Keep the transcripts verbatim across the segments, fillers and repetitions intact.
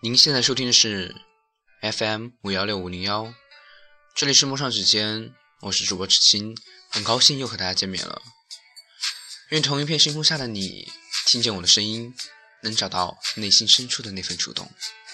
您现在收听的是 F M 五一六五零一，这里是陌上指尖，我是主播知青，很高兴又和大家见面了。愿同一片星空下的你，听见我的声音，能找到内心深处的那份触动。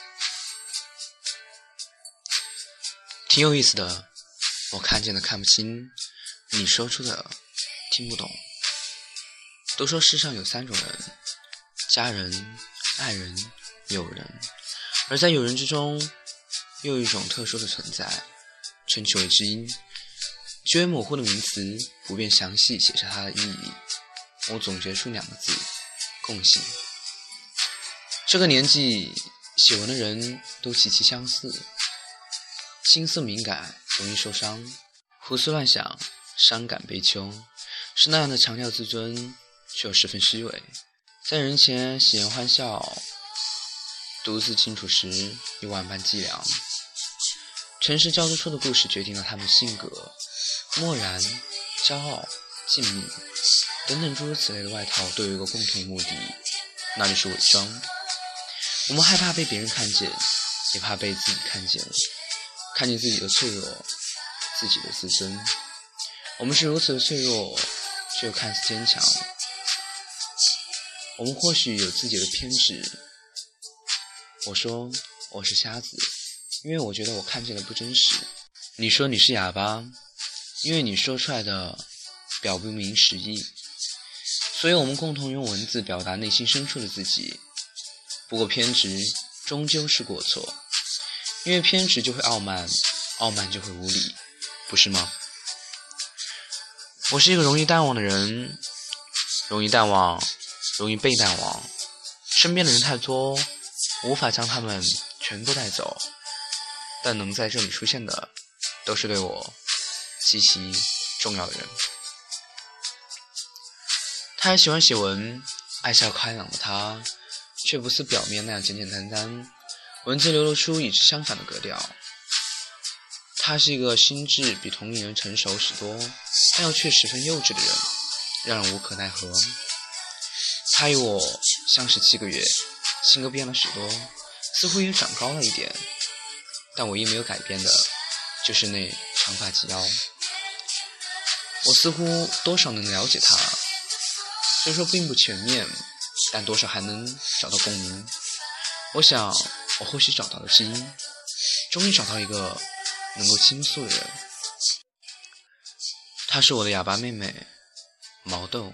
挺有意思的，我看见的看不清，你说出的听不懂。都说世上有三种人，家人、爱人、友人，而在友人之中，又有一种特殊的存在，称其为知音。极为模糊的名词，不便详细写下它的意义，我总结出两个字：共性。这个年纪写文的人都极其相似，心思敏感，容易受伤，胡思乱想，伤感悲秋，是那样的强调自尊，却又十分虚伪，在人前喜颜欢笑，独自清楚时有万般伎俩。尘世交织出的故事决定了他们性格，漠然、骄傲、静谧等等诸如此类的外套都有一个共同目的，那就是伪装。我们害怕被别人看见，也怕被自己看见，看见自己的脆弱，自己的自尊。我们是如此的脆弱，却又看似坚强。我们或许有自己的偏执。我说我是瞎子，因为我觉得我看见的不真实。你说你是哑巴，因为你说出来的表不明实意。所以我们共同用文字表达内心深处的自己。不过偏执终究是过错，因为偏执就会傲慢，傲慢就会无理，不是吗？我是一个容易淡忘的人，容易淡忘，容易被淡忘。身边的人太多，无法将他们全部带走，但能在这里出现的，都是对我极其重要的人。他也喜欢写文，爱笑开朗的他，却不似表面那样简简单单，文字流露出与之相反的格调。他是一个心智比同龄人成熟许多，但又却十分幼稚的人，让人无可奈何。他与我相识七个月，性格变了许多，似乎也长高了一点，但唯一没有改变的就是那长发及腰。我似乎多少能了解他，虽说并不全面，但多少还能找到共鸣。我想我或许找到了知音，终于找到一个能够倾诉的人。她是我的哑巴妹妹毛豆。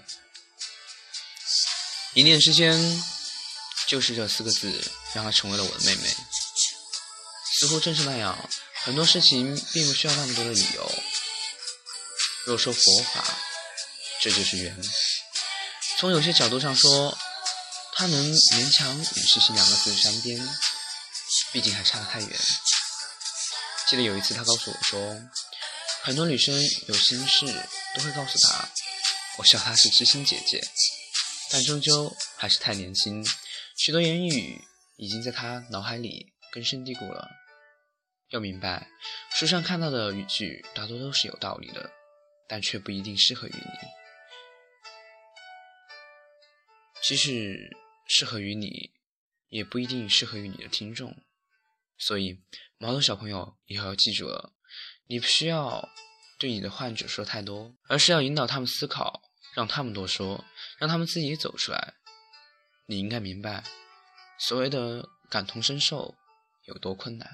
一念之间，就是这四个字让她成为了我的妹妹。似乎正是那样，很多事情并不需要那么多的理由。若说佛法，这就是缘。从有些角度上说，它能勉强与世情两个字沾边，毕竟还差得太远。记得有一次他告诉我说，很多女生有心事都会告诉他，我笑她是知心姐姐，但终究还是太年轻，许多言语已经在他脑海里根深蒂固了。要明白，书上看到的语句大多都是有道理的，但却不一定适合于你。即使适合于你，也不一定适合于你的听众。所以毛豆小朋友以后要记住了，你不需要对你的患者说太多，而是要引导他们思考，让他们多说，让他们自己走出来。你应该明白，所谓的感同身受有多困难。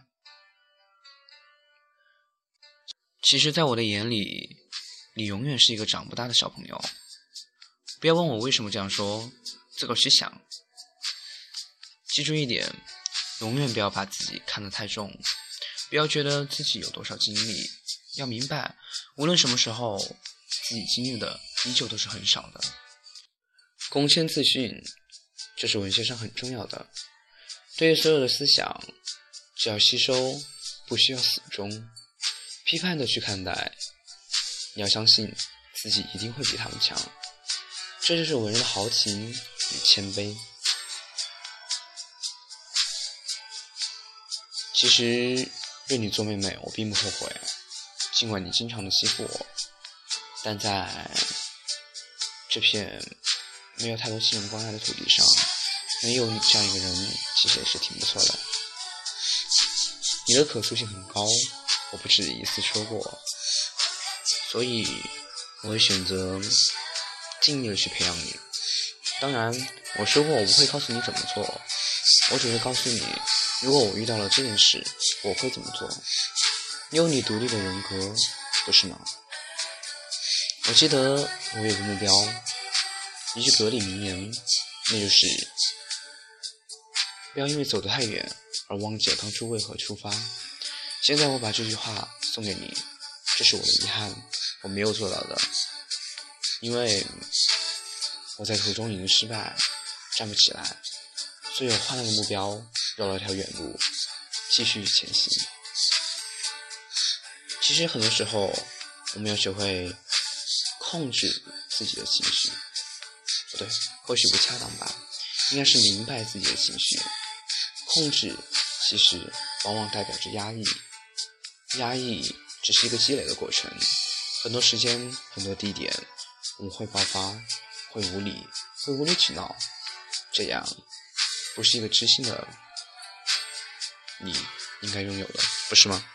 其实在我的眼里，你永远是一个长不大的小朋友。不要问我为什么这样说，自个儿去想。记住一点，永远不要把自己看得太重，不要觉得自己有多少经历，要明白，无论什么时候，自己经历的依旧都是很少的。公谦自训，这是文学上很重要的。对于所有的思想，只要吸收，不需要死忠，批判的去看待。你要相信自己一定会比他们强，这就是文人的豪情与谦卑。其实认你做妹妹我并不后悔，尽管你经常的欺负我，但在这片没有太多亲人关爱的土地上，能有你这样一个人，其实也是挺不错的。 你的可塑性很高，我不止一次说过，所以我会选择尽力的去培养你。当然我说过我不会告诉你怎么做，我只会告诉你，如果我遇到了这件事我会怎么做。你有你独立的人格，不是吗？我记得我有个目标，一句格里名言，那就是不要因为走得太远而忘记了当初为何出发。现在我把这句话送给你，这是我的遗憾，我没有做到的，因为我在途中已经失败，站不起来，所以我换了个目标，绕了条远路，继续前行。其实很多时候我们要学会控制自己的情绪，不对，或许不恰当吧，应该是明白自己的情绪。控制其实往往代表着压抑，压抑只是一个积累的过程，很多时间很多地点我们会爆发，会无理会无理取闹，这样不是一个知心的你应该拥有的，不是吗？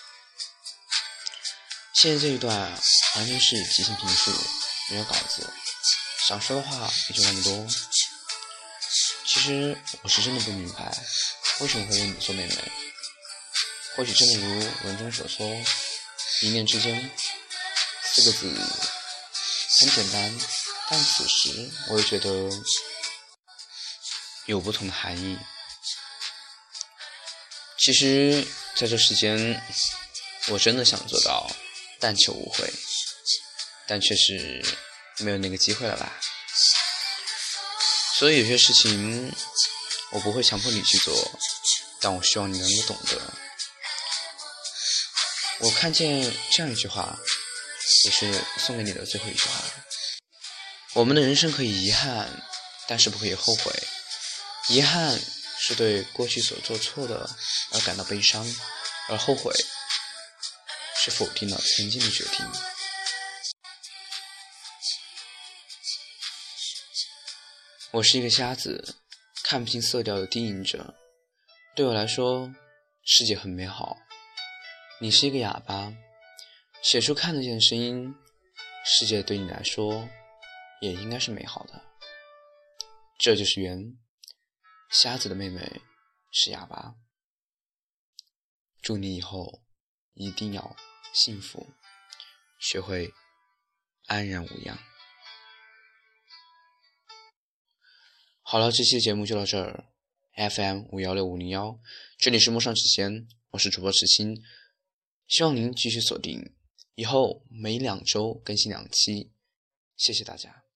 现在这一段完全是即兴评述，没有稿子，想说的话也就那么多。其实我是真的不明白为什么会认你做妹妹，或许真的如文中所说，一念之间四个字很简单，但此时我又觉得有不同的含义。其实在这时间我真的想做到但求无悔，但却是没有那个机会了吧。所以有些事情我不会强迫你去做，但我希望你能够懂得。我看见这样一句话，也是送给你的最后一句话，我们的人生可以遗憾，但是不可以后悔。遗憾是对过去所做错的而感到悲伤，而后悔是否定了曾经的决定。我是一个瞎子，看不清色调的低吟者，对我来说世界很美好。你是一个哑巴，写出看得见的声音，世界对你来说也应该是美好的。这就是缘，瞎子的妹妹是哑巴。祝你以后一定要幸福，学会安然无恙。好了，这期节目就到这儿。F M 五一六五零一，这里是陌上指尖，我是主播池清，希望您继续锁定，以后每两周更新两期，谢谢大家。